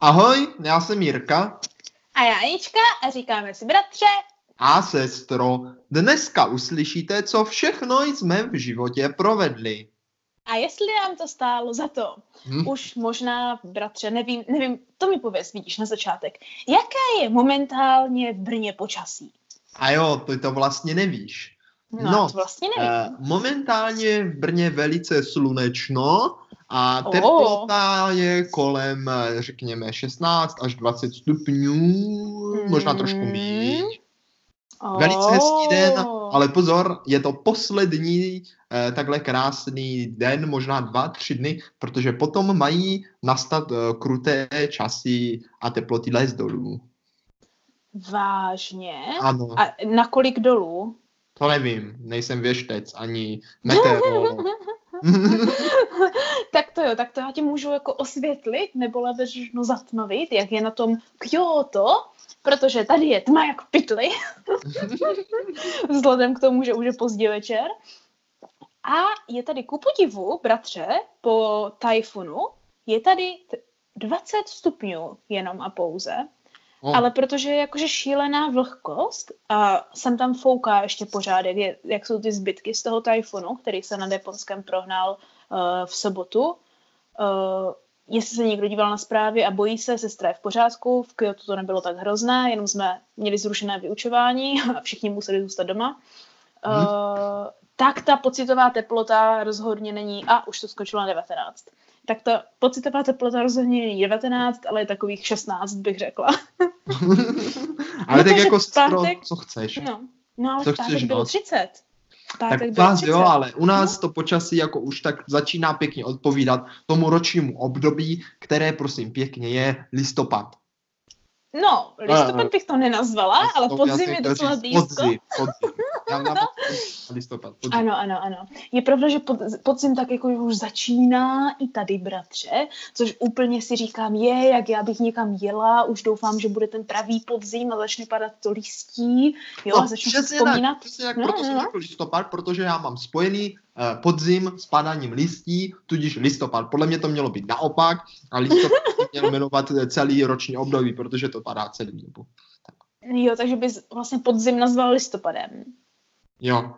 Ahoj, já jsem Jirka. A já Anička a říkáme si bratře a sestro. Dneska uslyšíte, co všechno jsme v životě provedli. A jestli nám to stálo za to. Už možná, bratře, nevím, to mi pověz, vidíš, na začátek. Jaké je momentálně v Brně počasí? A jo, ty to vlastně nevíš. No to vlastně nevím. Momentálně v Brně velice slunečno a teplota je kolem, řekněme, 16 až 20 stupňů, možná trošku míň. Velice hezký den, ale pozor, je to poslední takhle krásný den, možná 2-3 dny, protože potom mají nastat kruté časy a teploty lézt dolů. Vážně? Ano. A na kolik dolů? To nevím, nejsem věštec, ani meteorolog. Tak to já ti můžu jako osvětlit, nebo lépe řečeno zatmavit, jak je na tom Kyoto, protože tady je tma jak v pytli, vzhledem k tomu, že už je pozdě večer. A je tady ku podivu, bratře, po tajfunu, je tady 20 stupňů jenom a pouze, ale protože je jakože šílená vlhkost a sem tam fouká ještě pořád, jak jsou ty zbytky z toho tajfunu, který se nad Japonskem prohnal v sobotu. Jestli se někdo díval na zprávy a bojí se, sestra je v pořádku, v Kyoto to nebylo tak hrozné, jenom jsme měli zrušené vyučování a všichni museli zůstat doma. Tak ta pocitová teplota rozhodně není, už to skočilo na 19. Tak ta pocitová teplota rozhodně není 19, ale je takových 16, bych řekla. Ale tak jako co chceš? No ale v pátek bylo 30. Tak u vás jo, ale u nás to počasí jako už tak začíná pěkně odpovídat tomu ročnímu období, které prosím pěkně je listopad. No, listopad bych to nenazvala, ale podzim je docela blízko. Listopad. Ano. Je pravda, že podzim tak jako už začíná i tady, bratře, což úplně si říkám, jak já bych někam jela, už doufám, že bude ten pravý podzim a začne padat to listí, a začnu si vzpomínat. Přesně tak, proto jsem řekl listopad, protože já mám spojený podzim s padáním listí, tudíž listopad. Podle mě to mělo být naopak a listopad měl jmenovat celý roční období, protože to padá celý dobu. Jo, takže bys vlastně podzim nazval listopadem. Jo.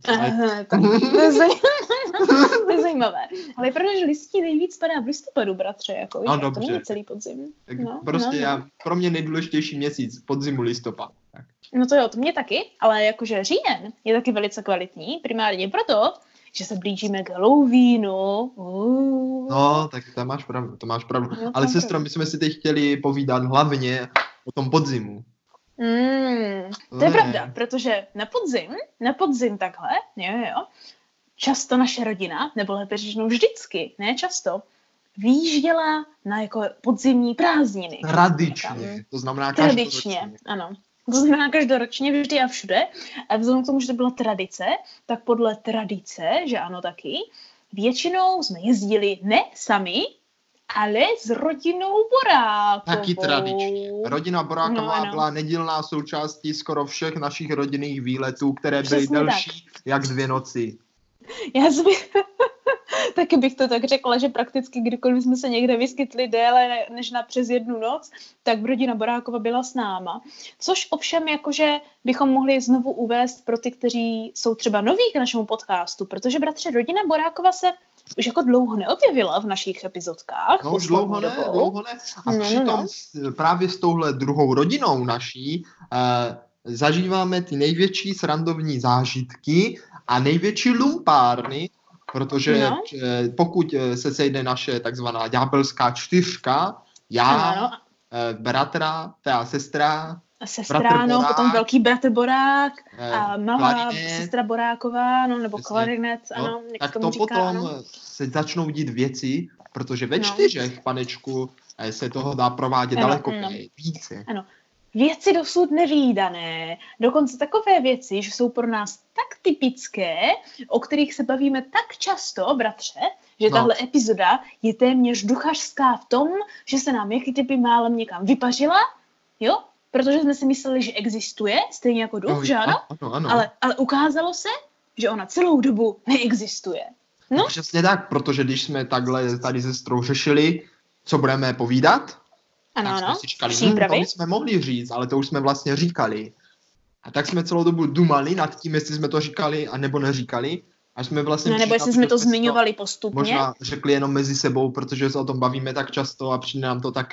To je zajímavé. Ale je pravda, že listí nejvíc padá v listopadu, bratře, jako víš, to není celý podzim. Pro mě nejdůležitější měsíc podzimu listopad. Tak. No to mě taky, ale jakože říjen je taky velice kvalitní, primárně proto, že se blížíme k Halloweenu. No, tak to máš pravdu. No, ale sestro, my jsme si teď chtěli povídat hlavně o tom podzimu. To je pravda, protože na podzim takhle, jo, často naše rodina, nebo lépe řečeno vždycky, ne často, výjížděla na jako podzimní prázdniny. Tradičně, to znamená každoročně. Ano. To znamená každoročně, vždy a všude. A vzhledem k tomu, že to byla tradice, tak podle tradice, že ano taky, většinou jsme jezdili ne sami, ale s rodinou Borákovou. Taky tradičně. Rodina Boráková byla nedílná součástí skoro všech našich rodinných výletů, které byly delší jak 2 noci. Taky bych to tak řekla, že prakticky kdykoliv jsme se někde vyskytli déle než na přes 1 noc, tak rodina Borákova byla s náma. Což ovšem jakože bychom mohli znovu uvést pro ty, kteří jsou třeba noví k našemu podcastu, protože bratře, rodina Borákova se už jako dlouho neobjevila v našich epizodkách. No už dlouho ne. A přitom právě s touhle druhou rodinou naší zažíváme ty největší srandovní zážitky a největší lumpárny, protože pokud se sejde naše takzvaná ďábelská 4, bratra, teda sestra, potom velký bratr Borák a malá sestra Boráková, nebo klarinet, tak to potom se začnou dít věci, protože ve 4, panečku, se toho dá provádět daleko více. Ano. Věci dosud nevídané, dokonce takové věci, že jsou pro nás tak typické, o kterých se bavíme tak často, bratře, že tahle epizoda je téměř duchařská v tom, že se nám jaký typy málem někam vypařila, jo? Protože jsme si mysleli, že existuje, stejně jako duch, že ano? Ale ukázalo se, že ona celou dobu neexistuje. No? Přesně tak, protože když jsme takhle tady se sestrou řešili, co budeme povídat, Ano, tak jsme ano. si říkali, Přípravy. to bychom mohli říct, ale to už jsme vlastně říkali. A tak jsme celou dobu dumali nad tím, jestli jsme to říkali, anebo neříkali. Až jsme vlastně No, nebo jestli jsme to zmiňovali postupně. Možná řekli jenom mezi sebou, protože se o tom bavíme tak často a přijde nám to tak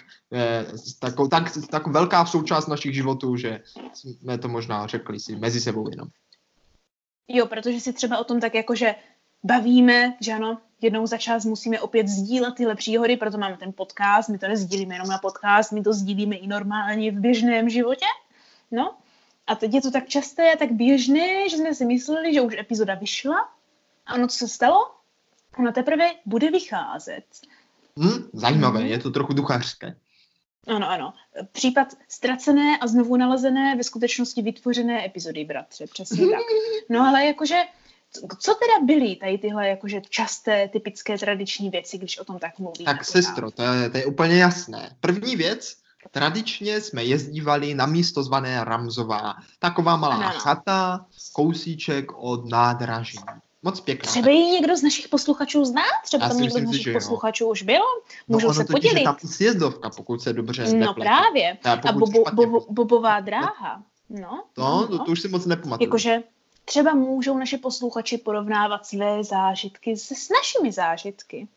velká součást našich životů, že jsme to možná řekli si mezi sebou jenom. Jo, protože si třeba o tom tak jakože bavíme, že ano, jednou za čas musíme opět sdílet tyhle příhody, proto máme ten podcast, my to nezdílíme jenom na podcast, my to sdílíme i normálně v běžném životě, no. A teď je to tak časté a tak běžné, že jsme si mysleli, že už epizoda vyšla. A ono, co se stalo? Ona teprve bude vycházet. Zajímavé, je to trochu duchařské. Ano, ano. Případ ztracené a znovu nalezené, ve skutečnosti vytvořené epizody, bratře, přesně tak. No ale jakože, co teda byly tady tyhle jakože časté, typické, tradiční věci, když o tom tak mluvíme? Tak sestro, to je úplně jasné. První věc, tradičně jsme jezdívali na místo zvané Ramzová. Taková malá chata, kousíček od nádraží. Moc pěkná. Třeba ji někdo z našich posluchačů zná? Třeba tam někdo z našich posluchačů už byl? Můžou se podělit. Tam i sjezdovka, pokud se dobře nepletu. No právě. A bobová dráha. No. To už si moc nepamatuju. Jakože třeba můžou naši posluchači porovnávat své zážitky s našimi zážitky.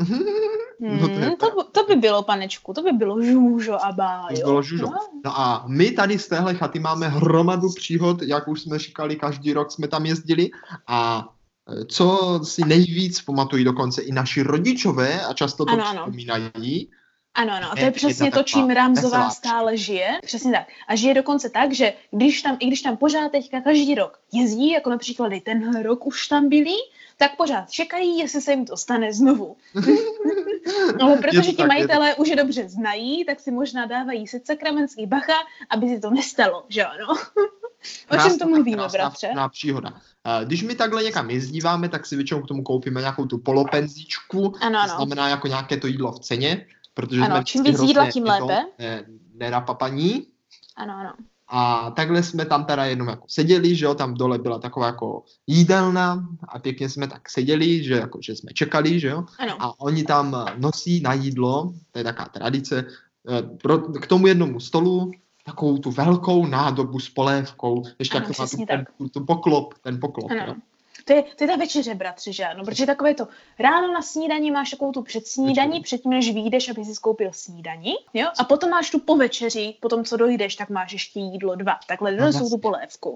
To by bylo, panečku, to by bylo žůžo a bájo. To bylo žůžo. No a my tady z téhle chaty máme hromadu příhod, jak už jsme říkali, každý rok jsme tam jezdili a co si nejvíc pamatují dokonce i naši rodičové a často to připomínají. Ano, a to je přesně to, čím Ramzová stále žije. Přesně tak. A žije dokonce tak, že i když tam pořád teďka každý rok jezdí, jako například i tenhle rok už tam byli, tak pořád čekají, jestli se jim to stane znovu. Ale protože ti majitelé už je dobře znají, tak si možná dávají sakramentský bacha, aby si to nestalo, že ano? O čem to mluvíme, bratře? Příhoda. Když my takhle někam jezdíváme, tak si většinou k tomu koupíme nějakou tu polopenzíčku, to znamená jako nějaké to jídlo v ceně, protože jsme čím víc jídla, tím lépe. Nenapapaní. Ano. A takhle jsme tam teda jenom jako seděli, že jo, tam dole byla taková jako jídelna a pěkně jsme tak seděli, že jsme čekali, že jo. Ano. A oni tam nosí na jídlo, to je taková tradice, k tomu jednomu stolu takovou tu velkou nádobu s polévkou, ještě jako ten poklop. Ano. Jo. To je ta večeře, bratři, že ano? Protože takové to, ráno na snídani máš takovou tu předsnídaní, předtím, než vyjdeš, aby si skoupil snídani, jo? A potom máš tu po večeři, potom, co dojdeš, tak máš ještě jídlo 2. Takhle donesou tu polévku.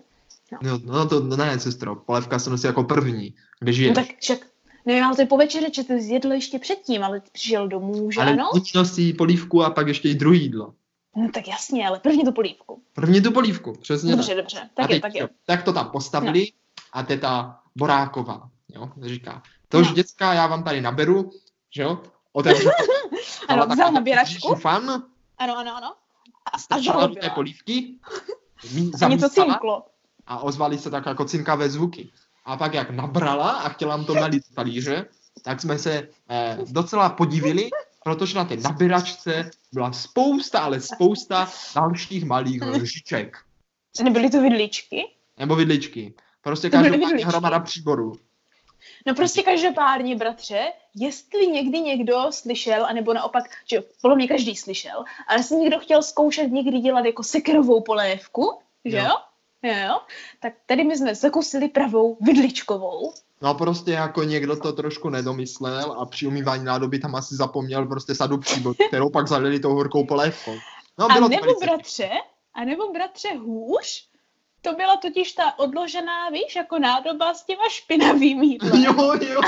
Ne, sestro, polévka se nosí jako první, když žiješ. No tak však, nevím, ale to je po večeři, že ty zjedl ještě předtím, ale ty přišel domů, že ano? Ale nosí polívku a pak ještě i druhý jídlo. No tak jasně, ale první tu polívku. Přesně. Dobře. Tak je. Tak to tam postavili a teta Boráková, jo, říká, tož děcka, já vám tady naberu, že jo, otevřela. Ano, vzal nabíračku. Fan. Ano. A žala do té polívky. A něco cinklo. A ozvaly se tak jako cinkavé zvuky. A pak jak nabrala a chtěla nám to nalít z talíře, tak jsme se docela podivili, protože na té nabíračce byla spousta dalších malých lžiček. Nebyly to vidličky? Nebo vidličky. Prostě každopádně hromada příborů. No prostě každopádně, bratře, jestli někdy někdo slyšel, anebo naopak, že podle mě každý slyšel, ale jestli někdo chtěl zkoušet někdy dělat jako sekerovou polévku, že jo? Tak tady my jsme zakusili pravou vidličkovou. No prostě jako někdo to trošku nedomyslel a při umývání nádoby tam asi zapomněl prostě sadu příborů, kterou pak zalili tou horkou polévkou. No, a nebo bratře hůř, to byla totiž ta odložená, víš, jako nádoba s těma špinavým jídlem. Jo, jo.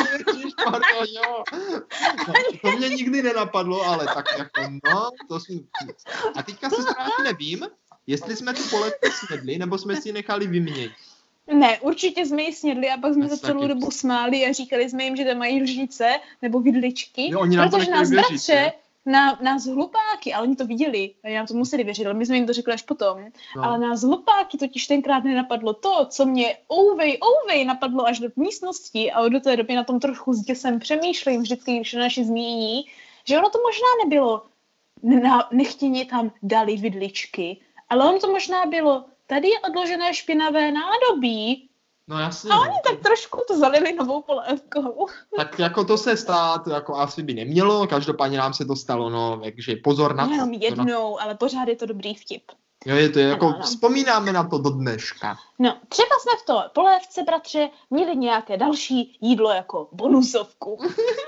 No, to mě nikdy nenapadlo, ale tak jako, to jsme... A teďka se strávě nevím, jestli jsme tu polévku snědli, nebo jsme si ji nechali vyměnit. Ne, určitě jsme ji snědli a pak jsme se celou dobu smáli a říkali jsme jim, že tam mají lžice nebo vidličky, jo, protože nás bratře, nás hlupáky, ale oni to viděli, a nám to museli věřit, ale my jsme jim to řekli až potom, ale nás hlupáky totiž tenkrát nenapadlo to, co mě ouvej napadlo až do místnosti a do té doby na tom trochu s děsem přemýšlím vždycky, když naši zmíní, že ono to možná nebylo nechtěně tam dali vidličky, ale ono to možná bylo, tady je odložené špinavé nádobí, No jasně. A oni tak trošku to zalili novou polévkou. Tak jako to se stát, jako asi by nemělo, každopádně nám se to stalo, no, takže pozor na to. Jenom jednou, ale pořád je to dobrý vtip. Jo, je to jako, ano. vzpomínáme na to do dneška. No, třeba jsme v to polévce, bratře, měli nějaké další jídlo jako bonusovku.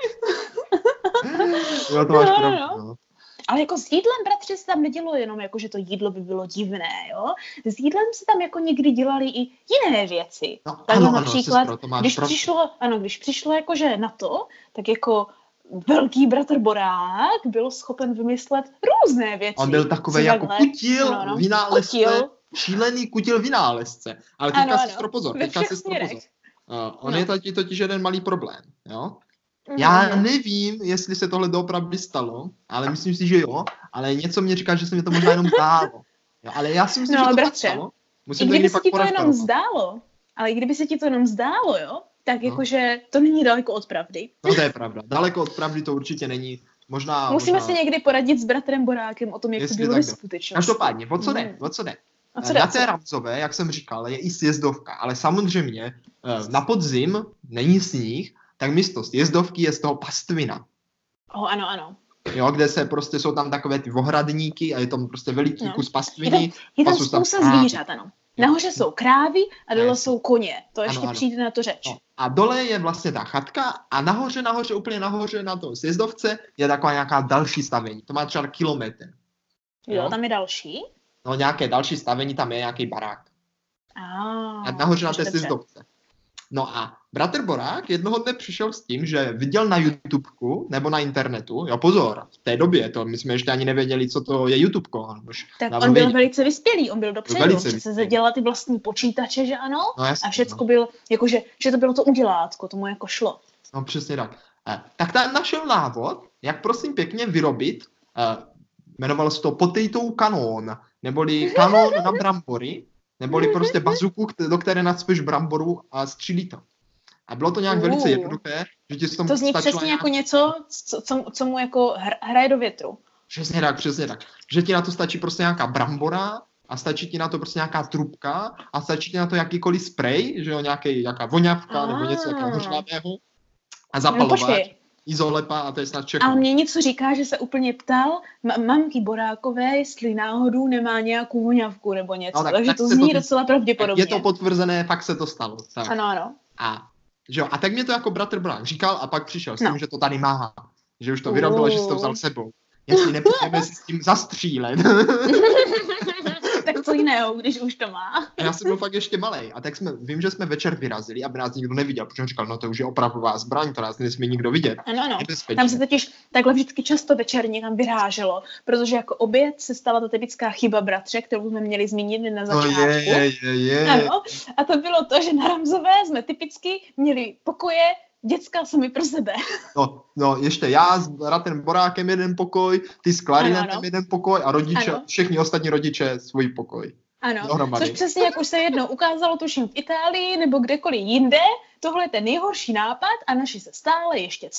Jo, to máš pravdu, no. Ale jako s jídlem, bratře, se tam nedělo jenom jako, že to jídlo by bylo divné, jo. S jídlem se tam jako někdy dělali i jiné věci. No, takže ano, například, když přišlo jakože na to, tak jako velký bratr Borák byl schopen vymyslet různé věci. On byl takový jako kutil, vynálezce, šílený kutil vynálezce. Ale teďka sestro pozor, On je totiž jeden malý problém, jo. Já nevím, jestli se tohle doopravdy stalo, ale myslím si, že jo, ale něco mě říká, že se mi to možná jenom zdálo. Jo, ale já si myslím, že to bratře, stalo. I kdyby se ti to jenom zdálo, ale i kdyby se ti to jenom zdálo, jo, tak jakože to není daleko od pravdy. No to je pravda, daleko od pravdy to určitě není. Musíme si někdy poradit s bratrem Borákem o tom, jak to bylo ve skutečnosti. Každopádně, o co jde? Na té Ramzové, jak jsem říkal, je i sjezdovka, ale samozřejmě na podzim není sníh, tak místo sjezdovky je z toho pastvina. Ano. Jo, kde se prostě jsou tam takové ty ohradníky a je tam prostě veliký kus pastviny. Je tam spousta zvířat, ano. Nahoře jsou krávy a dole jsou koně. To ještě přijde na to řeč. No. A dole je vlastně ta chatka a nahoře, úplně nahoře na tom sjezdovce je taková nějaká další stavení. To má třeba kilometr. Jo, tam je další? No nějaké další stavení, tam je nějaký barák. A nahoře na té sjezdovce. No a bratr Borák jednoho dne přišel s tím, že viděl na YouTubeku nebo na internetu, jo pozor, v té době, my jsme ještě ani nevěděli, co to je YouTubeko. Tak on byl velice vyspělý, on byl dopředu, přece zadělal ty vlastní počítače, že ano? No, jasný, a všecko byl, jakože, že to bylo to udělátko, tomu jako šlo. No přesně tak. Tak tam našel návod, jak prosím pěkně vyrobit, jmenovalo se to potato kanon, neboli kanon na brambory, neboli prostě bazuku, do které nacpeš bramboru a střílí to. A bylo to nějak velice jednoduché, že ti to zní přesně jako něco, co mu jako hraje do větru. Přesně tak. Že ti na to stačí prostě nějaká brambora a stačí ti na to prostě nějaká trubka a stačí ti na to jakýkoliv sprej, že jo, nějaká voňavka nebo něco takového hořlavého a zapalovat. Izolepa a to je snad všechno. Ale mě něco říká, že se úplně ptal mamky Borákové, jestli náhodou nemá nějakou voňavku nebo něco, no, takže to zní docela pravděpodobně. Je to potvrzené, fakt se to stalo. Tak. Ano. A tak mě to jako bratr Borák říkal a pak přišel s tím, že to tady má. Že už to vyrobil a že si to vzal sebou. Jestli nepůjdeme si s tím zastřílet. Tak co jiného, když už to má. A já jsem byl fakt ještě malej. A tak vím, že jsme večer vyrazili, aby nás nikdo neviděl, protože on říkal, no to už je opravdová zbraň, to nás nesmí nikdo vidět. Ano. Tam se totiž takhle vždycky často večer někam vyráželo, protože jako oběd se stala ta typická chyba, bratře, kterou jsme měli zmínit na začátku. Ano. A to bylo to, že na Ramzové jsme typicky měli pokoje děcka sami pro sebe. No, ještě já s bratrem Borákem jeden pokoj, ty s klarinetem jeden pokoj a rodiče, všichni ostatní rodiče svůj pokoj. Ano, což přesně jak už se jednou ukázalo, tuším v Itálii nebo kdekoliv jinde, tohle je ten nejhorší nápad a naši se stále ještě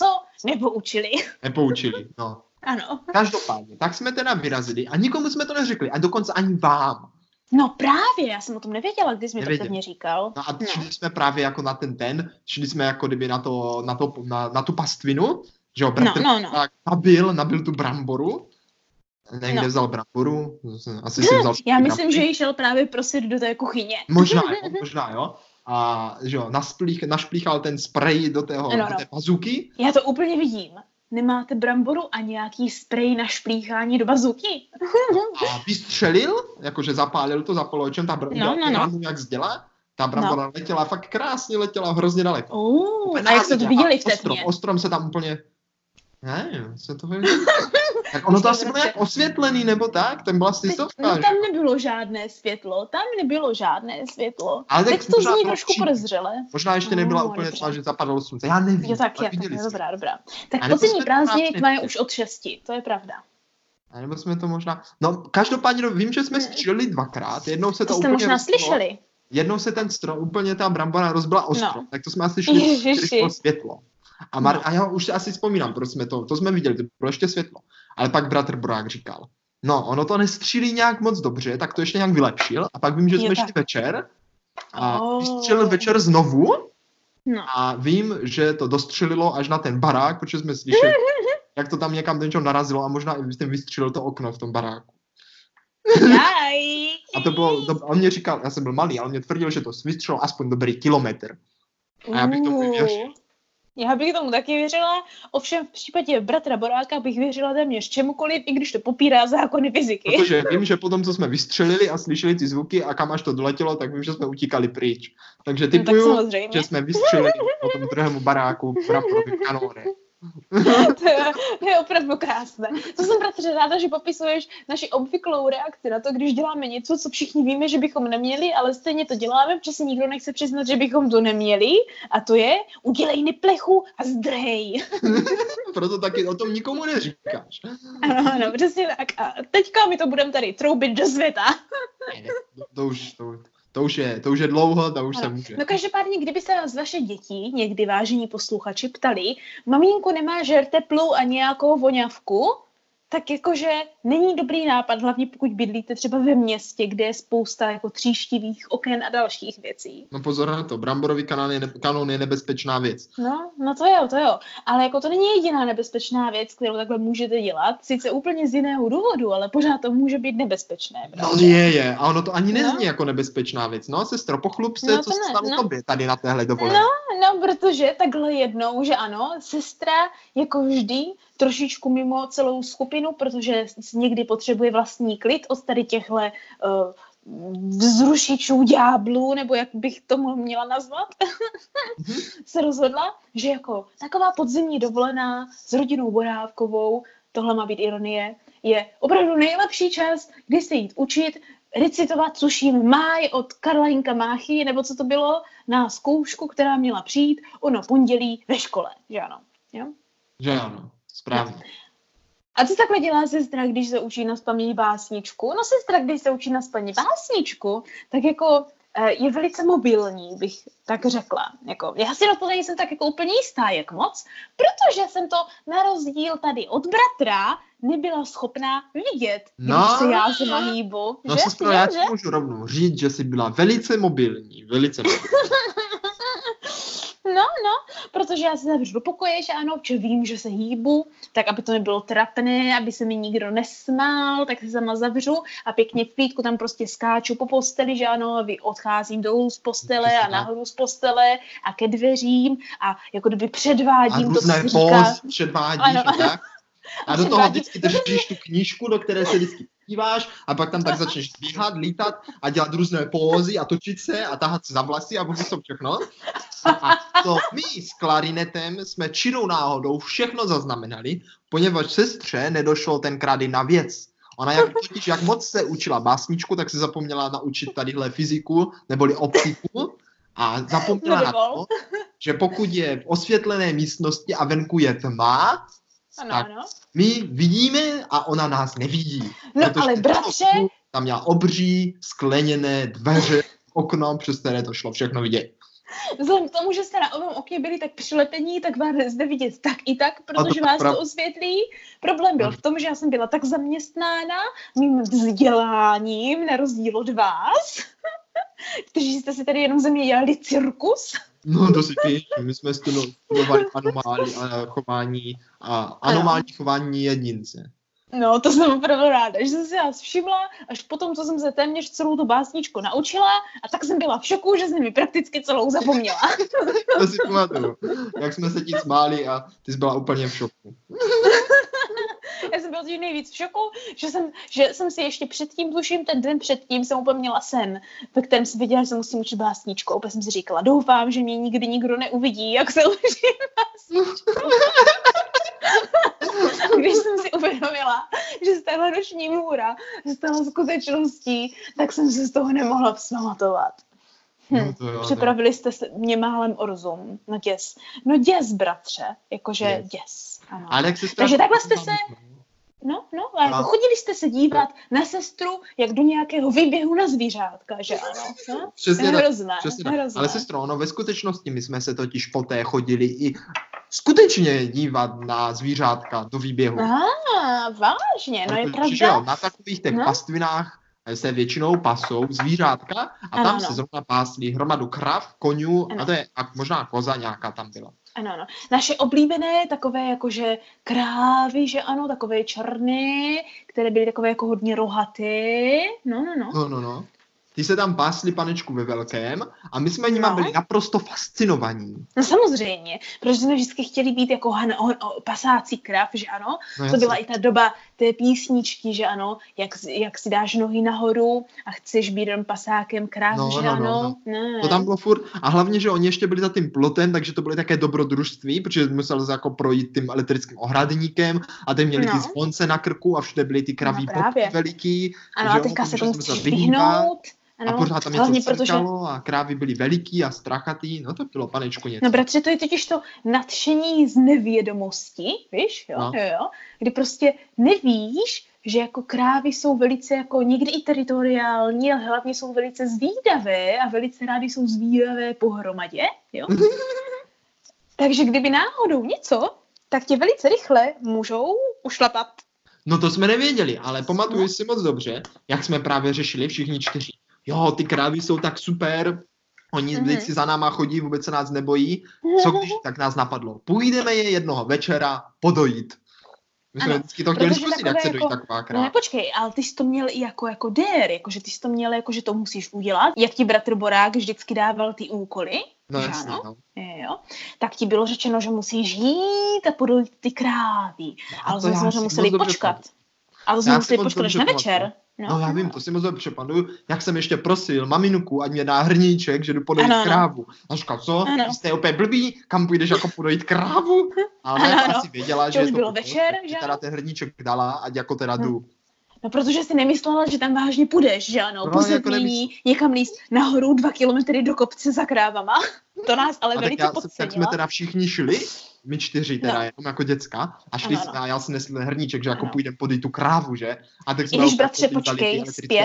nepoučili, no. Ano. Každopádně, tak jsme teda vyrazili a nikomu jsme to neřekli a dokonce ani vám. No právě, já jsem o tom nevěděla, když jsi mi to prvně říkal. No a šli jsme právě jako na šli jsme jako kdyby na tu pastvinu, že jo, bratr tak nabil tu bramboru, nevím, kde vzal bramboru, asi si vzal já myslím, že ji šel právě prosit do té kuchyně. Možná, jo. A že jo, našplíchal ten sprej do té bazuky. Já to úplně vidím. Nemáte bramboru a nějaký sprej na šplíchání do bazuky? A vystřelil, jakože zapálil to za poločem, ta brambora, jak zděla, ta brambora letěla, fakt krásně letěla, hrozně daleko. A jak jste to viděli v té tmě? Ostrom se tam úplně, nevím, co to bylo. Tak ono to asi bylo nějak osvětlený, nebo tak? Tam byla stisovka. No tam nebylo žádné světlo. Ale teď to zní trošku podezřele. Možná ještě nebyla úplně tma, že zapadlo slunce. Já nevím. Jo, tak dobrá. Tak podzimní prázdniny tma je už od 6, to je pravda. A nebo jsme to možná... No, každopádně vím, že jsme stříleli dvakrát. Jednou se to úplně možná slyšeli. Jednou se ten úplně ta brambora rozbila o strom. Tak to jsme asi slyšeli, když bylo světlo. A já už si asi vzpomínám, proč jsme to jsme viděli, to bylo ještě světlo. Ale pak bratr Borák říkal, no ono to nestřílí nějak moc dobře, tak to ještě nějak vylepšil. A pak vím, že jsme šli večer A vystřelil večer znovu a vím, že to dostřelilo až na ten barák, protože jsme slyšeli, jak to tam někam ten narazilo a možná i ten vystřelil to okno v tom baráku. A to bylo, on mě říkal, já jsem byl malý, ale on mě tvrdil, že to vystřelilo aspoň dobrý kilometr. A já bych tomu věřil. Já bych tomu taky věřila, ovšem v případě bratra Boráka bych věřila téměř čemukoliv, i když to popírá zákony fyziky. Protože vím, že potom, co jsme vystřelili a slyšeli ty zvuky a kam až to doletělo, tak vím, že jsme utíkali pryč. Takže typuju, že jsme vystřelili po tom druhému baráku bratrovým kanónem. To je opravdu krásné. To jsem bratře ráda, že popisuješ naši obvyklou reakci na to, když děláme něco, co všichni víme, že bychom neměli, ale stejně to děláme, protože si nikdo nechce přiznat, že bychom to neměli. A to je, udělej mi plechu a zdrhej. Proto taky o tom nikomu neříkáš. Ano, přesně tak. A teďka my to budeme tady troubit do světa. To už je dlouho, to už se může. No každopádně, kdyby se vás vaše děti, někdy vážení posluchači, ptali, mamínku, nemá žer teplou a nějakou voňavku, tak jakože není dobrý nápad, hlavně pokud bydlíte třeba ve městě, kde je spousta jako tříštivých oken a dalších věcí. No pozor na to, bramborový kanón je nebezpečná věc. No to jo. Ale jako to není jediná nebezpečná věc, kterou takhle můžete dělat, sice úplně z jiného důvodu, ale pořád to může být nebezpečné. No je. A ono to ani nezní jako nebezpečná věc. No, sestro, pochlup se, co se stalo tobě tady na téhle dovolené. No, protože takhle jednou, že ano, sestra jako vždy trošičku mimo celou skupinu, protože někdy potřebuje vlastní klid od tady těchto vzrušičů ďáblů, nebo jak bych to měla nazvat, se rozhodla, že jako taková podzimní dovolená s rodinou Borávkovou, tohle má být ironie, je opravdu nejlepší čas, kdy se jít učit recitovat tuším máj od Karlainka Máchy, nebo co to bylo, na zkoušku, která měla přijít ono pondělí ve škole, že ano? Jo? Že ano, správně. No. A co takhle dělá sestra, když se učí naspamět básničku? No sestra, když se učí naspamět básničku, tak jako je velice mobilní, bych tak řekla. Jako, já si na to nejsem tak jako úplně jistá, jak moc, protože jsem to na rozdíl tady od bratra nebyla schopná vidět, když se já zima hýbu. No sestro, já ti můžu rovnou říct, že jsi byla velice mobilní. No, protože já se zavřu do pokoje, že ano, že vím, že se hýbu, tak aby to nebylo trapné, aby se mi nikdo nesmál, tak se sama zavřu a pěkně v klídku tam prostě skáču po posteli, že ano, odcházím dolů z postele a nahoru z postele a ke dveřím a jako kdyby předvádím to, co si říká. Předvádíš, tak? A do toho vždycky držíš tu knížku, do které se vždycky díváš a pak tam tak začneš běhat, lítat a dělat různé pózy a točit se a tahat se za vlasy a vůbec to všechno. A to my s klarinetem jsme čirou náhodou všechno zaznamenali, poněvadž sestře nedošlo tenkrát i na věc. Ona jak moc se učila básničku, tak se zapomněla naučit tadyhle fyziku neboli optiku a zapomněla na to, že pokud je v osvětlené místnosti a venku je tma, tak my vidíme a ona nás nevidí. No ale bratře... Tam měla obří, skleněné dveře, okno, přes které to šlo všechno vidět. Vzhledem k tomu, že jste na ovém okně byli tak přilepení, tak vás zde vidět tak i tak, protože vás to osvětlí. Problém byl v tom, že já jsem byla tak zaměstnána mým vzděláním, na rozdíl od vás, kteří jste si tady jenom ze mě dělali cirkus. No, to si píš, my jsme studovali anomální chování jedince. No, to jsem opravdu ráda, že jsem si vás všimla, až potom, co jsem se téměř celou tu básničku naučila, a tak jsem byla v šoku, že jsem mi prakticky celou zapomněla. To si pamatuju, jak jsme se ti smáli a ty jsi byla úplně v šoku. Já jsem byla nejvíc v šoku, že jsem si ještě předtím, tuším, ten den předtím jsem úplně měla sen, ve kterém jsem věděla, že se musím učit básničku. Opět jsem si říkala, doufám, že mě nikdy nikdo neuvidí, jak se učím básničku. Když jsem si uvědomila, že z téhle noční můra stala skutečností, tak jsem se z toho nemohla vzpamatovat. Připravili jste se mě málem o rozum. No děs, bratře. Jakože děs. Ano. Takže takhle jste se... No, jako chodili jste se dívat na sestru, jak do nějakého výběhu na zvířátka, že ano? No? Přesně hrozné. Ale sestro, ve skutečnosti my jsme se totiž poté chodili i skutečně dívat na zvířátka do výběhu. Vážně, no je pravda. Že jo, na takových těch pastvinách se většinou pasou zvířátka a tam se zrovna pásli hromadu krav, koňů a možná koza nějaká tam byla. Ano. Naše oblíbené takové jakože krávy, že ano, takové černé, které byly takové jako hodně rohaté. No. Ty se tam pásli, panečku, ve velkém a my jsme nima byli naprosto fascinovaní. No samozřejmě, protože jsme vždycky chtěli být jako pasácí krav, že ano. To byla i ta doba té písničky, že ano, jak si dáš nohy nahoru a chceš být jen pasákem krav, že ano. To tam bylo furt. A hlavně, že oni ještě byli za tím plotem, takže to byly také dobrodružství, protože musel se jako projít tím elektrickým ohradníkem a ty měli ty zvonce na krku a všude byly ty kraví bobky veliký. Ano, a teďka se to musíš vyhnout. Ano, a pořád tam něco crkalo a krávy byly veliký a strachatý, no to bylo, panečku, něco. No bratře, to je totiž to nadšení z nevědomosti, víš, jo, kdy prostě nevíš, že jako krávy jsou velice jako někdy i teritoriální, ale hlavně jsou velice zvídavé a velice rády jsou zvídavé pohromadě, jo. Takže kdyby náhodou něco, tak tě velice rychle můžou ušlapat. No to jsme nevěděli, ale pamatuju si moc dobře, jak jsme právě řešili všichni 4. Jo, ty krávy jsou tak super, oni vždycky za náma chodí, vůbec se nás nebojí. Co když tak nás napadlo? Půjdeme je jednoho večera podojit. My jsme vždycky to chtěli zkusit, jak se dojí taková kráva. No počkej, ale ty jsi to měl i jako dér, jakože ty jsi to měl, jako, že to musíš udělat. Jak ti bratr Borák vždycky dával ty úkoly, no jasně, no. Jo, tak ti bylo řečeno, že musíš jít a podojit ty krávy. Ale to jsme museli počkat. Ale jsme museli počkat až na večer. No já vím, to si moc dobře pamatuju, jak jsem ještě prosil maminku, ať mě dá hrníček, že jdu podojit krávu. A říkal, co? Jste úplně blbý, kam půjdeš jako podojit krávu? Ale asi věděla, že to bylo večer, že teda ten hrníček dala, ať jako teda jdu. No protože si nemyslela, že tam vážně půjdeš, že ano, pozemní, někam líst nahoru 2 kilometry do kopce za krávama. To nás ale velice podcenila. Tak jsme teda všichni šli, my 4 teda, jenom jako děcka, a šli jsme a já si nesl ten hrníček, že jako půjdem podejít tu krávu, že? A tak jsme když bratře, počkej, zpět.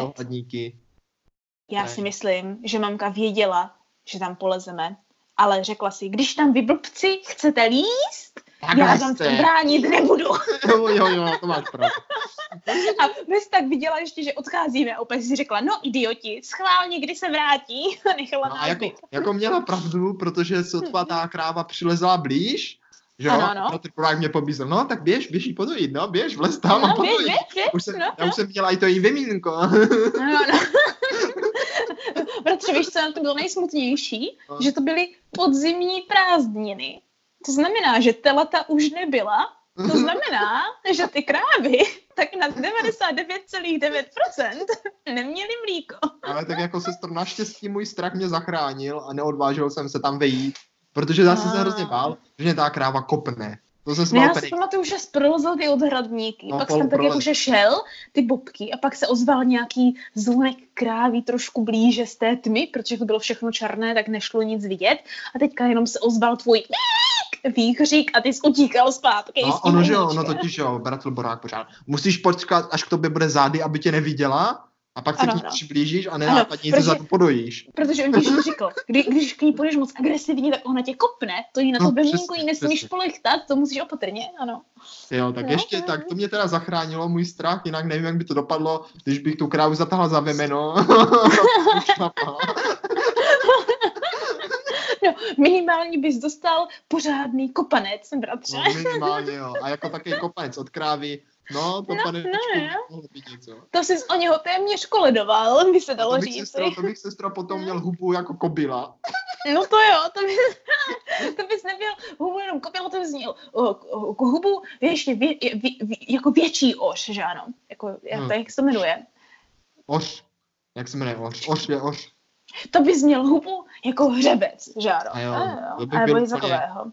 Já si myslím, že mamka věděla, že tam polezeme, ale řekla si, když tam vy blbci chcete líst, já tam bránit nebudu. Jo, to máš pravdu. A bys tak viděla ještě, že odcházíme a opět si řekla, no idioti, schválně, kdy se vrátí. A nechala nás jako měla pravdu, protože sotva ta kráva přilezla blíž, že jo? No, ty Borák mě pobízel, no tak běž jí podojit, no běž, vlez tam a podojit. Já už jsem měla i to jí vemínko. No. Protože víš, co na to bylo nejsmutnější? No. Že to byly podzimní prázdniny. To znamená, že telata už nebyla. To znamená, že ty krávy tak na 99,9% neměly mlíko. Ale tak jako sestro, naštěstí můj strach mě zachránil a neodvážil jsem se tam vejít, protože zase se hrozně bál, že mě ta kráva kopne. Já si pamatuju, že prolezl ty odhradníky, pak jsem tak jakože šel ty bobky a pak se ozval nějaký zvonek kráví trošku blíže z té tmy, protože to bylo všechno černé, tak nešlo nic vidět a teďka jenom se ozval tvůj výkřik a ty jsi utíkal zpátky. No ono totiž jo, bratr Borák pořád. Musíš počkat, až k tobě bude zády, aby tě neviděla. A pak se k ní přiblížíš a nenápadně se zadu podojíš. Protože on ti řekl, když k ní půjdeš moc agresivně, tak ona tě kopne. To jí na to bemínku jí nesmíš polechtat, to musíš opatrně, ano. Jo, tak ještě, tak to mě teda zachránilo můj strach, jinak nevím, jak by to dopadlo, když bych tu krávu zatáhla za vemeno. No, minimálně bys dostal pořádný kopanec, bratře. No, minimálně jo. A jako takový kopanec od krávy. No, to mohlo být něco. To jsi o něho téměř koledoval, by se dalo říct. To bych sestra potom měl hubu jako kobila. No to jo, to bys neměl hubu jenom kobila, to bys měl hubu ještě jako větší oř, že ano? Jako, jak se to jmenuje? Oř. Jak se jmenuje oř? Oř je oř. To bys měl hubu jako hřebec, že ano? A jo. Nebo něco takového.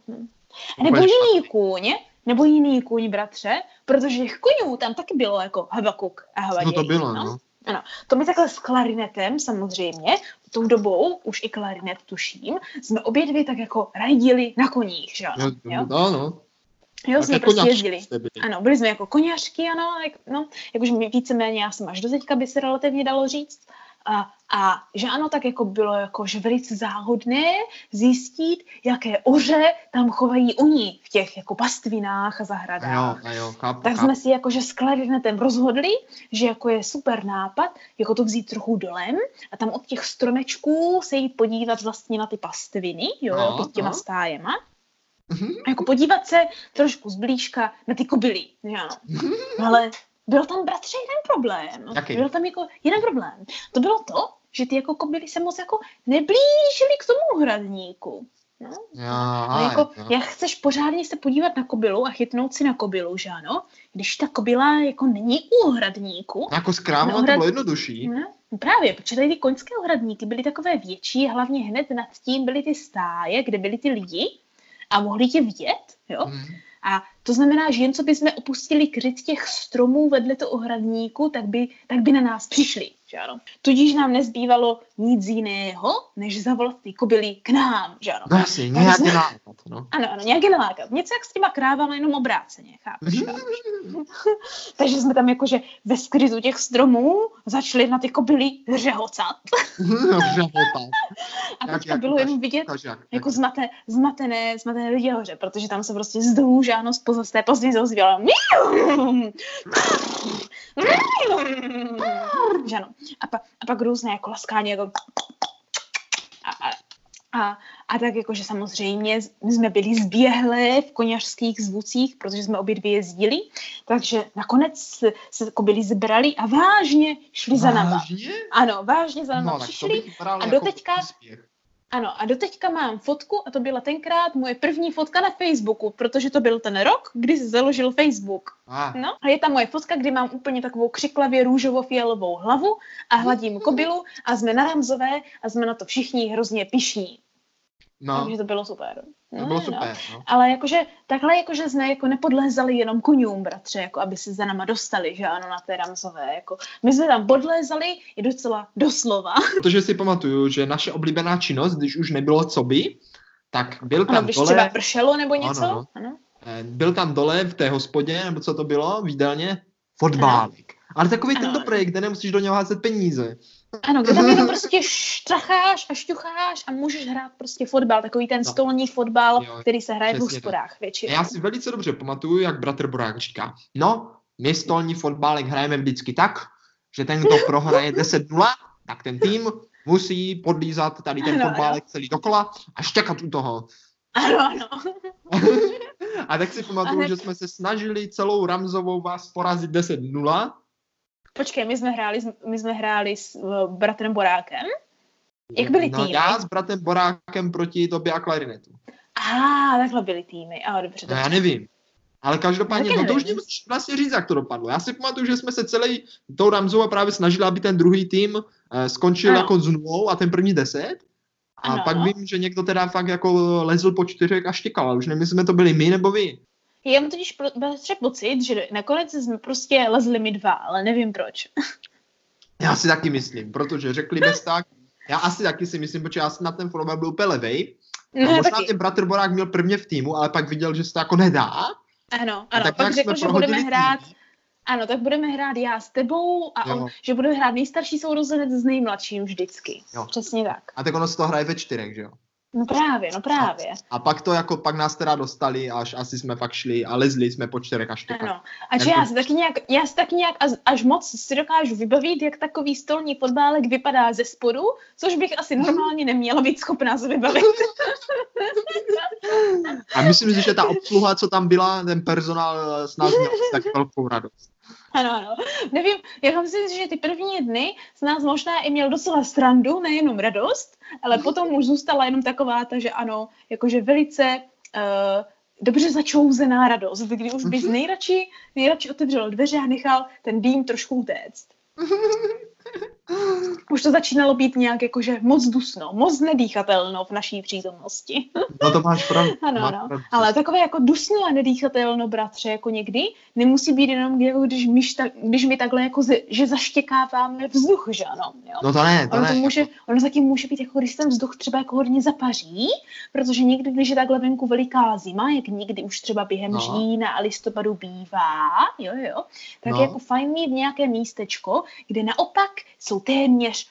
Nebo jiný kůň, bratře, protože těch kuňů tam taky bylo jako Habakuk a Havaděj. No to bylo, no. Ano, to my takhle s klarinetem samozřejmě, tou dobou, už i klarinet tuším, jsme obě dvě tak jako rajdili na koních, že ano? No. Jo, jsme prostě jezdili. Ano, byli jsme jako koněřky, ano, jakože víceméně já jsem až do teďka by se relativně dalo říct. A že ano, tak jako bylo jakože velice záhodné zjistit, jaké oře tam chovají oni v těch jako pastvinách a zahradách. A jo, chápu. Tak jsme si jakože s klarinetem rozhodli, že jako je super nápad, jako to vzít trochu dolem a tam od těch stromečků se jít podívat vlastně na ty pastviny, jo, pod těma stájema. A jako podívat se trošku zblížka na ty kobily, že ano. Ale byl tam, bratře, jeden problém. Jaký? Byl tam jako jeden problém. To bylo to, že ty jako kobily se moc jako neblížily k tomu ohradníku. No? Ale jako, jak chceš pořádně se podívat na kobylu a chytnout si na kobylu, že ano? Když ta kobyla jako není u ohradníku. Jako s krávou to bylo jednodušší. No, právě, protože tady ty koňské ohradníky byly takové větší, hlavně hned nad tím byly ty stáje, kde byli ty lidi a mohli tě vidět, jo? A to znamená, že jen co by jsme opustili kryt těch stromů vedle toho ohradníku, tak by na nás přišli. Že ano? Tudíž nám nezbývalo nic jiného, než zavolat ty kobily k nám. Že ano? No asi, nějak je nalákat. No. Ano, nějak je nalákat. Něco jak s těma krávama, jenom obráceně, chápeš? Takže jsme tam jakože ve skrytu těch stromů začali na ty kobily řehocat. A teďka bylo jenom vidět jako zmatené lidi hoře, protože tam se prostě z dolů žáno z té pozdě ozvělo. Žáno. A pak různé jako laskání, jako a tak jakože samozřejmě jsme byli zběhlé v koněřských zvucích, protože jsme obě dvě jezdili, takže nakonec se byli zbrali a vážně šli za náma. Vážně? Ano, vážně za náma přišli a doteďka... Úspěch. Ano, a doteďka mám fotku a to byla tenkrát moje první fotka na Facebooku, protože to byl ten rok, kdy se založil Facebook. No, a je tam moje fotka, kdy mám úplně takovou křiklavě růžovo-fialovou hlavu a hladím kobylu a jsme na Ramzové a jsme na to všichni hrozně pyšní. No. Takže to bylo super. To bylo super, no. Ale jakože, takhle jakože jsme jako nepodlézali jenom kuňům, bratře, jako aby se za náma dostali, že ano, na té Ramzové. Jako. My jsme tam podlézali i docela doslova. Protože si pamatuju, že naše oblíbená činnost, když už nebylo co by, tak byl tam když dole... třeba pršelo nebo něco. Ano. Byl tam dole v té hospodě, nebo co to bylo, v jídelně, fotbálek. Ale takový tento projekt, kde nemusíš do něho házet peníze. Ano, kde tam jenom prostě štracháš a šťucháš a můžeš hrát prostě fotbal, takový ten stolní fotbal, který se hraje v hospodách většinou. Já si velice dobře pamatuju, jak bratr Borák říká, no, my stolní fotbálek hrajeme vždycky tak, že ten, kdo prohraje 10-0, tak ten tým musí podlízat tady ten fotbálek celý dokola a štěkat u toho. Ano. A tak si pamatuju, že jsme se snažili celou Ramzovou vás porazit 10-0. Počkej, my jsme hráli s bratrem Borákem. Jak byly týmy? Já s bratrem Borákem proti tobě a klarinetu. Takhle byly týmy. Dobře. Já nevím. Ale každopádně, to už nemusíš vlastně říct, jak to dopadlo. Já si pamatuju, že jsme se celý tou Ramzovou právě snažili, aby ten druhý tým skončil jako s 0 a ten první 10. A pak vím, že někdo teda fakt jako lezl po 4 a štěkal. Ale už nevím, jestli to byli my nebo vy. Já mám totiž třeba pocit, že nakonec jsme prostě lezli my 2, ale nevím proč. Já si taky myslím, protože řekli bez tak. Já asi taky si myslím, protože já jsem na ten fotbal byl úplně levej. A možná ten bratr Borák měl prvně v týmu, ale pak viděl, že se to jako nedá. Ano, pak řekl, že budeme hrát. Ano, tak budeme hrát já s tebou a on, že budeme hrát nejstarší sourozenec s nejmladším vždycky. Jo. Přesně tak. A tak ono se to hraje ve 4, že jo? No právě. A pak nás teda dostali, až asi jsme pak šli a lezli jsme po 4 a 4. Ano. A že já si taky nějak až moc si dokážu vybavit, jak takový stolní fotbálek vypadá ze spodu, což bych asi normálně neměla být schopná se vybavit. A myslím si, že ta obsluha, co tam byla, ten personál s nás měl tak velkou radost. Ano. Nevím, já myslím si, že ty první dny z nás možná i měl docela srandu, nejenom radost, ale potom už zůstala jenom taková ta, že ano, jakože velice dobře začouzená radost, kdy už bys nejradši otevřel dveře a nechal ten dým trošku utéct. Už to začínalo být nějak jakože moc dusno, moc nedýchatelno v naší přítomnosti. No to máš pravdu. Ano. Ale takové jako dusno a nedýchatelno, bratře, jako někdy nemusí být jenom jako když my takhle jako že zaštěkáváme vzduch, že ano. Jo? No to ne. Ono zatím může být jako když ten vzduch třeba jako hodně zapaří, protože někdy, když je takhle venku veliká zima, jak někdy už třeba během října a listopadu bývá, tak je jako fajn mít nějaké místečko, kde naopak jsou téměř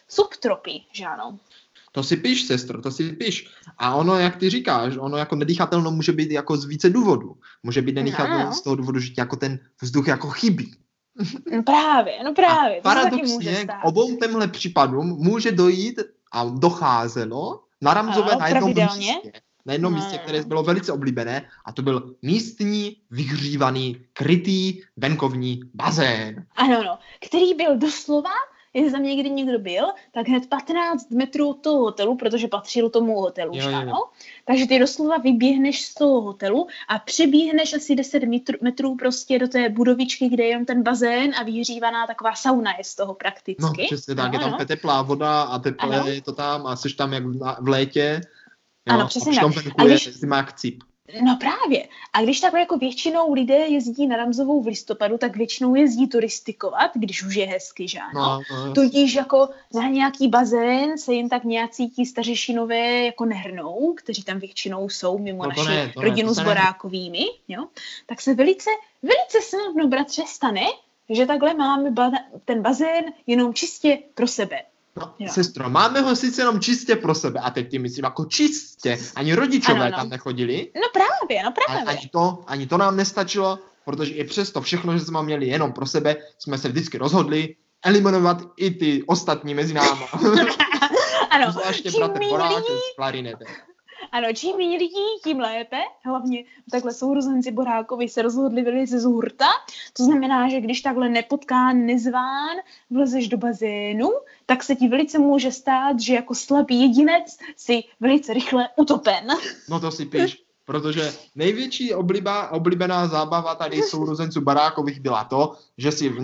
subtropy, že ano. To si píš, sestro, to si píš. A ono, jak ty říkáš, ono jako nedýchatelno může být jako z více důvodů. Může být nedýchatelno z toho důvodu, že ti jako ten vzduch jako chybí. No právě. A paradoxně k obou těmhle případům může dojít a docházelo na Ramsové na jednom místě. Na jednom místě, které bylo velice oblíbené, a to byl místní, vyhřívaný, krytý, venkovní bazén. Ano, který byl doslova, jestli tam někdy někdo byl, tak hned 15 metrů od toho hotelu, protože patřil tomu hotelu, ano. Takže ty doslova vyběhneš z toho hotelu a přebíhneš asi 10 metrů prostě do té budovičky, kde je ten bazén a vyhřívaná taková sauna je z toho prakticky. No, přesně tak, je tam teplá voda a teplé je to tam a jsi tam jak v létě. Jo, ano, přesně tak. A když zima jak cíp. No právě. A když takhle jako většinou lidé jezdí na Ramsovou v listopadu, tak většinou jezdí turistikovat, když už je hezky, že ano. No, tudíž jako na nějaký bazén se jen tak nějací ti stařešinové jako nehrnou, kteří tam většinou jsou mimo naši rodinu s Borákovými, jo. Tak se velice snadno, bratře, stane, že takhle máme ten bazén jenom čistě pro sebe. No, sestro, máme ho sice jenom čistě pro sebe, a teď ti myslím jako čistě, ani rodičové tam nechodili. No právě. Ani to nám nestačilo, protože i přesto všechno, že jsme měli jenom pro sebe, jsme se vždycky rozhodli eliminovat i ty ostatní mezi náma. Ano, zvláště bratr Borák s klarinetem. Ano, čím méně lidí, tím lépe. Hlavně takhle sourozenci Borákovi se rozhodli velice z hurta. To znamená, že když takhle nepotkán, nezván, vlezeš do bazénu, tak se ti velice může stát, že jako slabý jedinec si velice rychle utopen. No to si píš, protože největší oblíbená zábava tady sourozenců Borákových byla to, že si v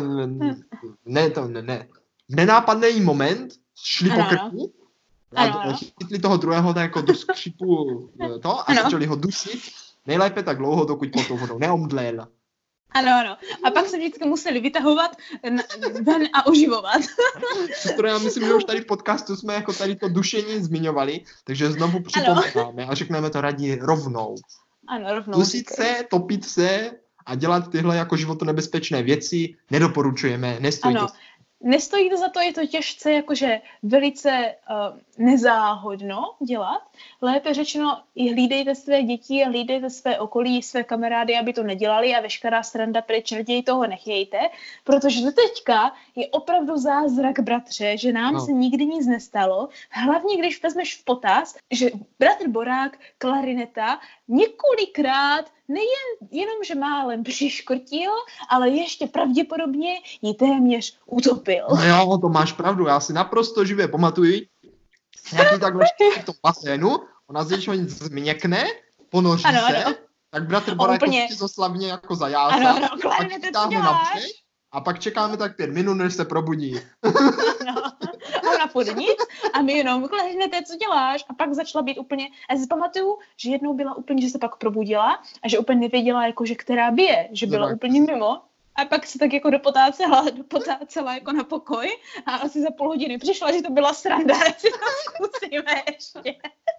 nenápadný moment šli po krku, a chytli toho druhého tak jako do skřipu to a začali ho dusit. Nejlépe tak dlouho, dokud pod tou vodou neomdlel. Ano. A pak se vždycky museli vytahovat ven a oživovat. Já myslím, že už tady v podcastu jsme jako tady to dušení zmiňovali, takže znovu připomínáme a řekneme to raději rovnou. Ano, rovnou. Dusit se, topit se a dělat tyhle jako životonebezpečné věci nedoporučujeme, nestojí to. Nestojí to za to, je to těžce jakože velice nezáhodno dělat. Lépe řečeno, i hlídejte své děti a hlídejte své okolí, své kamarády, aby to nedělali a veškerá sranda pryč, raději toho nechejte, protože do teďka je opravdu zázrak, bratře, že nám se nikdy nic nestalo. Hlavně, když vezmeš v potaz, že bratr Borák, klarineta, několikrát nejenom, že málem přiškrtil, ale ještě pravděpodobně ji téměř utopil. No jo, to máš pravdu, já si naprosto živě pamatuju, nějaký takhle v tom bazénu, ona zvětšinou nic změkne, ponoří se, tak bratr Borák to slavně jako zajásá, pak ji táhne na břeh a pak čekáme tak 5 minut, než se probudí. Ona půjde nic a my jenom klehnete, co děláš, a pak začala být úplně, a já si pamatuju, že jednou byla úplně, že se pak probudila a že úplně nevěděla, jako, že která bije, že byla úplně mimo. A pak se tak jako dopotácela jako na pokoj a asi za půl hodiny přišla, že to byla sranda, si to zkusíme ještě.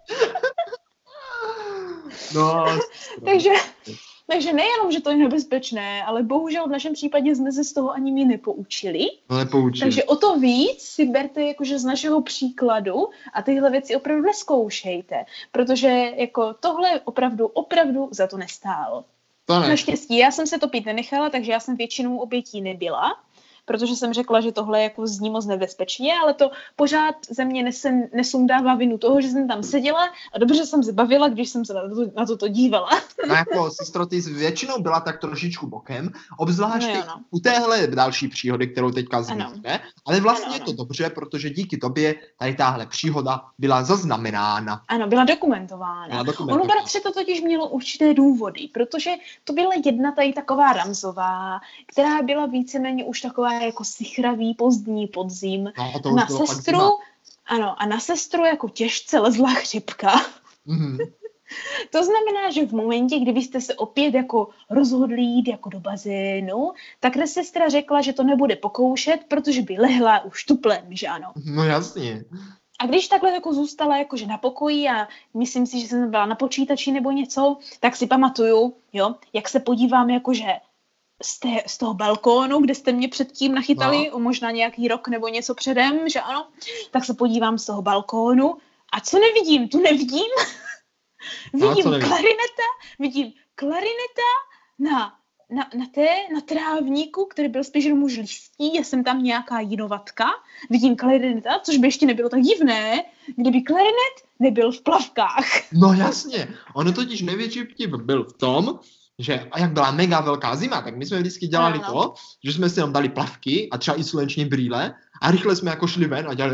No, takže nejenom, že to je nebezpečné, ale bohužel v našem případě jsme se z toho ani my nepoučili. Takže o to víc si berte jakože z našeho příkladu a tyhle věci opravdu neskoušejte, protože jako tohle opravdu za to nestálo. Naštěstí, já jsem se topit nenechala, takže já jsem většinou obětí nebyla, protože jsem řekla, že tohle jako zní moc nebezpečně, ale to pořád ze mě nesundává vinu toho, že jsem tam seděla a dobře jsem se bavila, když jsem se na to dívala. No jako sestro, ty většinou byla tak trošičku bokem, obzvláště u téhle další příhody, kterou teďka zmíníme, ale vlastně je to dobře, protože díky tobě tady tahle příhoda byla zaznamenána. Ano, byla dokumentována. Ono, bratře, to totiž mělo určité důvody, protože to byla jedna tady taková Ramsová, která byla víceméně už taková jako sichravý pozdní podzim. No, na sestru, a na sestru jako těžce lezla chřipka. Mm-hmm. To znamená, že v momentě, kdy vy jste se opět jako rozhodli jít jako do bazénu, tak sestra řekla, že to nebude pokoušet, protože by lehla už tuplem, že ano. No jasně. A když takhle jako zůstala jakože na pokoji a myslím si, že jsem byla na počítači nebo něco, tak si pamatuju, jo, jak se podívám jakože z toho balkónu, kde jste mě předtím nachytali, možná nějaký rok nebo něco předem, že ano, tak se podívám z toho balkónu a co nevidím? Tu nevidím. Vidím klarineta na trávníku, který byl spíš jenom už listí, já jsem tam nějaká jinovatka, vidím klarineta, což by ještě nebylo tak divné, kdyby klarinet nebyl v plavkách. No jasně, ono totiž největší vtip byl v tom, že a jak byla mega velká zima, tak my jsme vždycky dělali to, že jsme si tam dali plavky a třeba i sluneční brýle a rychle jsme jako šli ven a dělali,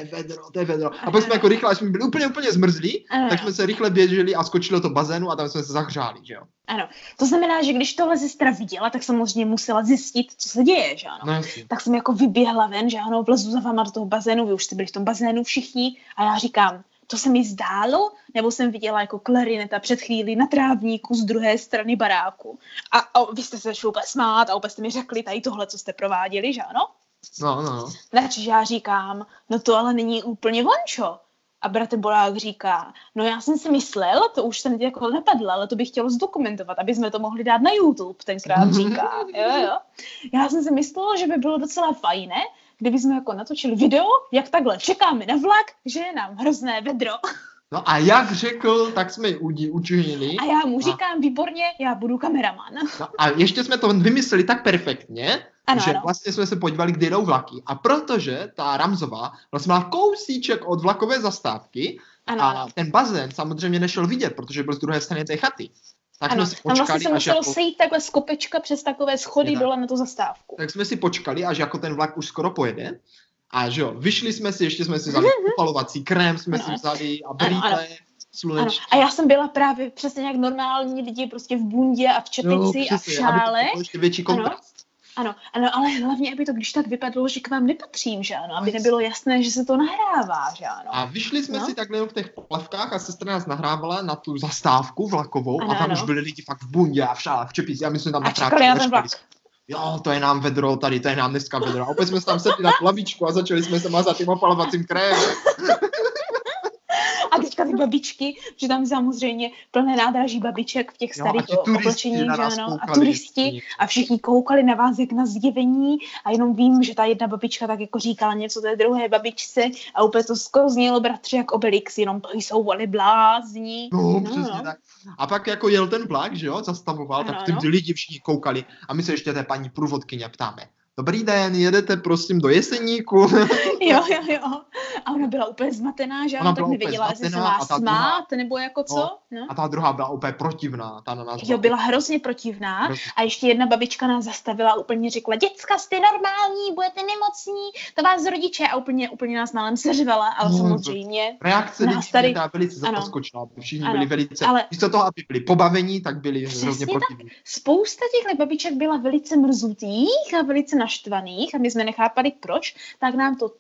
to je vedro. A pak jsme jako rychle, až jsme byli úplně zmrzlí, tak jsme se rychle běželi a skočili do bazénu a tam jsme se zahřáli, že jo. Ano, to znamená, že když tohle sestra viděla, tak samozřejmě musela zjistit, co se děje, že ano. No, tak jsem jako vyběhla ven, že ano, vlezu za váma do toho bazénu, vy už jste byli v tom bazénu všichni a já říkám, to se mi zdálo, nebo jsem viděla jako klarineta před chvílí na trávníku z druhé strany baráku. A vy jste se začali úplně smát a úplně jste mi řekli tady tohle, co jste prováděli, že ano? No. Takže já říkám, no to ale není úplně vončo. A bratr Borák říká, no já jsem si myslel, to už jsem jako napadla, ale to bych chtělo zdokumentovat, aby jsme to mohli dát na YouTube, tenkrát říká. Jo. Já jsem si myslela, že by bylo docela fajné, kdyby jsme jako natočili video, jak takhle čekáme na vlak, že je nám hrozné vedro. No a jak řekl, tak jsme ji učinili. A já mu říkám, výborně, já budu kameraman. No a ještě jsme to vymysleli tak perfektně, že vlastně jsme se podívali, kde jdou vlaky. A protože ta Ramzová vlastně má kousíček od vlakové zastávky a ten bazén samozřejmě nešel vidět, protože byl z druhé strany té chaty. Tak jsme si počkali, tam vlastně se muselo sejít takhle z kopečka přes takové schody dole na tu zastávku. Tak jsme si počkali, až jako ten vlak už skoro pojede. A že jo, vyšli jsme si, ještě jsme si vzali upalovací krém, jsme si vzali a brýle, sluneční. A já jsem byla právě přesně jak normální lidi, prostě v bundě a v čepici a v šále. Aby to ještě větší kontrast. Ano, ale hlavně, aby to když tak vypadlo, že k vám nepatřím, že ano, aby nebylo jasné, že se to nahrává, že ano. A vyšli jsme si takhle v těch plavkách a sestra nás nahrávala na tu zastávku vlakovou a tam už byli lidi fakt v bundě a v šále, v čepici a my jsme tam čekali na ten vlak. Jo, to je nám vedro tady, to je nám dneska vedro. A opět jsme se tam sedli na lavičku a začali jsme se mazat tím opalovacím krémem. A teďka ty babičky, že tam samozřejmě plné nádraží babiček v těch starých oblečeních, že ano, a turisti a všichni koukali na vás jak na zjevení a jenom vím, že ta jedna babička tak jako říkala něco té druhé babičce a úplně to skoro znělo, bratře, jak Obelix, jenom to jsou ale blázni. No, přesně tak. A pak jako jel ten vlak, že jo, zastavoval, tak ty lidi všichni koukali a my se ještě té paní průvodkyně ptáme. Dobrý den, jedete prosím do Jeseníku? Jo. A ona byla úplně zmatená, že ona tak nevěděla, jestli se má smát, nebo jako co. No. A ta druhá byla úplně protivná. Ta na nás byla hrozně protivná. A ještě jedna babička nás zastavila a úplně řekla, děcka, jste normální, budete nemocní, to vás rodiče. A úplně nás málem seřvala, ale samozřejmě. Reakce lidí byla velice zaskočila. Všichni byli velice, místo toho, aby byli pobavení, tak byli hrozně protivní. Spousta těchto babiček byla velice mrzutých a velice naštvaných a my jsme nechápali proč, tak nám to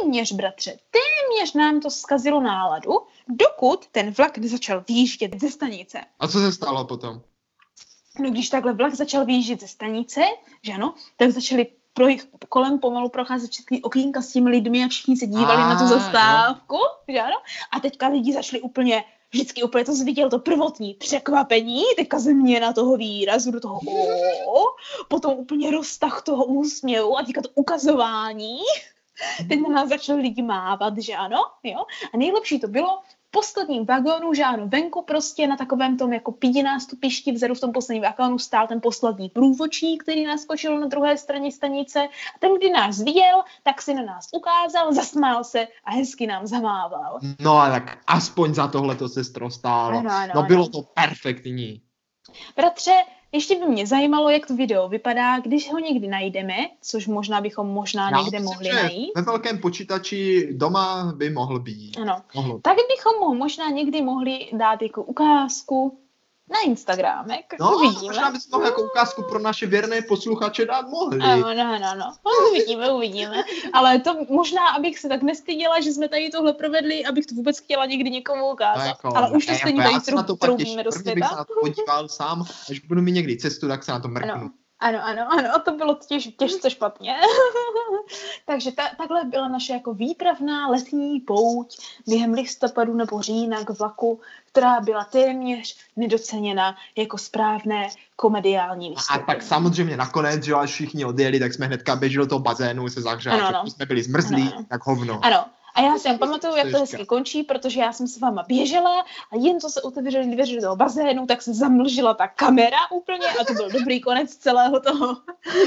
téměř nám to zkazilo náladu, dokud ten vlak nezačal vyjíždět ze stanice. A co se stalo potom? No když takhle vlak začal vyjíždět ze stanice, že ano, tak začali kolem pomalu procházet všechny okýnka s těmi lidmi a všichni se dívali na tu zastávku, že ano, a teďka lidi začali vždycky úplně to viděl to prvotní překvapení, teďka změna toho výrazu do toho potom úplně roztah toho úsměvu a teďka to ukazování. Teď na nás začali lidi mávat, že ano, jo. A nejlepší to bylo v posledním vagónu, že ano, venku prostě na takovém tom jako nástupišti vzadu v tom posledním vagónu stál ten poslední průvodčík, který nás skočil na druhé straně stanice. A ten, kdy nás viděl, tak si na nás ukázal, zasmál se a hezky nám zamával. No a tak aspoň za tohle to sestro stálo. Ano. Bylo to perfektní. Bratře, ještě by mě zajímalo, jak to video vypadá, když ho někdy najdeme, což bychom někde mohli najít. Ve velkém počítači doma by mohl být. Ano. Tak bychom ho možná někdy mohli dát jako ukázku na Instagramek. No, uvidíme. Možná bychom jako ukázku pro naše věrné posluchače dát mohli. Ano. Uvidíme. Ale to možná, abych se tak nestyděla, že jsme tady tohle provedli, abych to vůbec chtěla někdy někomu ukázat. Ale už to stejně tady troubíme do světa. Prvně bych se na to podíval sám, až budu mít někdy cestu, tak se na to mrknu. Ano, to bylo těžce špatně. Takže takhle byla naše jako výpravná letní pouť během listopadu nebo října k vlaku, která byla téměř nedoceněna jako správné komediální vystoupení. A tak samozřejmě nakonec, že až všichni odjeli, tak jsme hnedka běželi do toho bazénu se zahřát, že jsme byli zmrzlí, tak hovno. Ano. A já si jen pamatuju, jak to hezky končí, protože já jsem s váma běžela a jen co se otevřeli dveře do bazénu, tak se zamlžila ta kamera úplně a to byl dobrý konec celého toho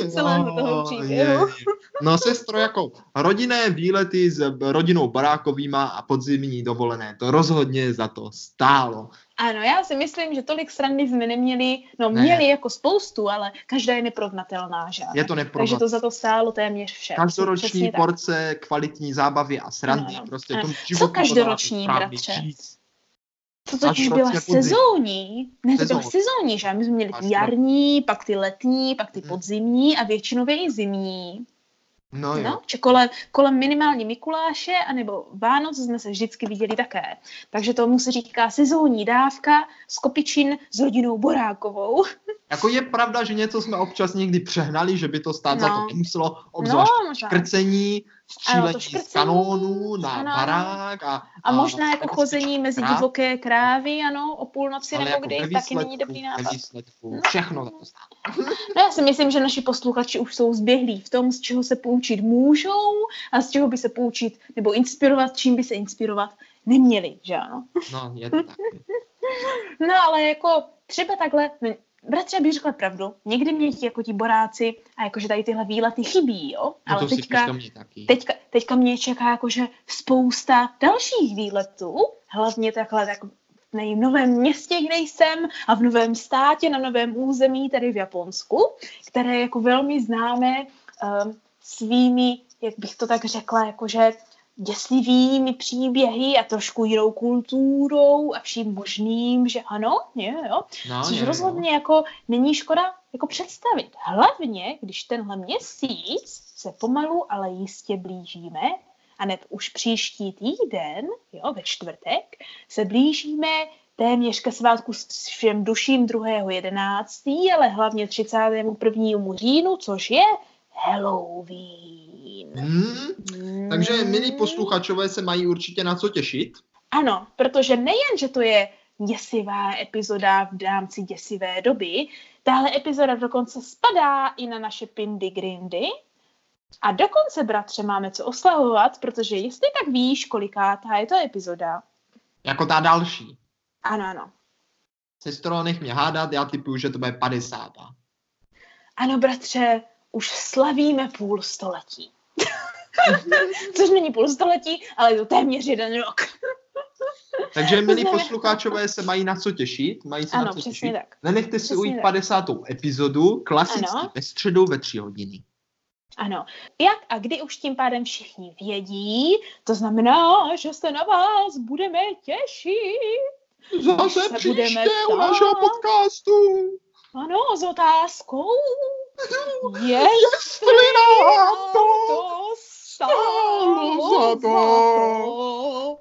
příběhu. No sestro, jako rodinné výlety s rodinou Barákovýma a podzimní dovolené, to rozhodně za to stálo. Ano, já si myslím, že tolik srandy jsme neměli, měli jako spoustu, ale každá je neporovnatelná, že? Je to neporovnatelné. Takže to za to stálo téměř vše. Každoroční porce kvalitní zábavy a srandy. Ano. Prostě tomu co každoroční, bratře? To totiž byla sezónní. Ne, to byla sezónní, že? My jsme měli ty jarní, pak ty letní, pak ty podzimní a většinově i zimní. No, že kolem minimálně Mikuláše anebo Vánoc jsme se vždycky viděli také. Takže tomu se říká sezónní dávka z kopičin s rodinou Borákovou. Jako je pravda, že něco jsme občas někdy přehnali, že by to stát za to nemuselo, obzvlášť škrcení, střílení z kanónů na barák. A možná jako chození mezi divoké krávy, o půlnoci nebo jako kdy, taky není dobrý nápad. Všechno za to stálo. No já si myslím, že naši posluchači už jsou zběhlí v tom, z čeho se poučit můžou a z čeho by se poučit nebo inspirovat, čím by se inspirovat neměli, že ano? No, je to tak. No ale jako třeba takhle, bratře, bych řekla pravdu, někdy mě jako ti boráci a jakože tady tyhle výlety chybí, jo? Ale teďka mě čeká jakože spousta dalších výletů, hlavně takhle tak v novém městě, kde jsem, a v novém státě, na novém území, tady v Japonsku, které jako velmi známe svými, jak bych to tak řekla, jakože děsivými příběhy a trošku jinou kulturou a vším možným, že ano, jo. Což rozhodně jako není škoda jako představit. Hlavně, když tenhle měsíc se pomalu, ale jistě blížíme, a hned už příští týden, ve čtvrtek, se blížíme téměř ke svátku s všem duším 2.11., ale hlavně 31. říjnu, což je Halloween. Takže milí posluchačové se mají určitě na co těšit. Ano, protože nejen, že to je děsivá epizoda v rámci děsivé doby, tahle epizoda dokonce spadá i na naše Pindy Grindy. A dokonce, bratře, máme co oslavovat, protože jestli tak víš, kolikátá je to epizoda. Jako ta další. Ano. Sestro, nech mě hádat, já tipuju, že to bude 50. Ano, bratře, už slavíme půl století. Což není půl století, ale je to téměř 1 rok. Takže milí posluchačové se mají na co těšit. Ano, přesně tak. Nenechte si ujít 50. epizodu, klasicky ve středu ve 3 hodiny. Ano. Jak a kdy už tím pádem všichni vědí, to znamená, že se na vás budeme těšit. Zase příště u našeho podcastu. Ano, s otázkou. Jestli nám to stálo za to.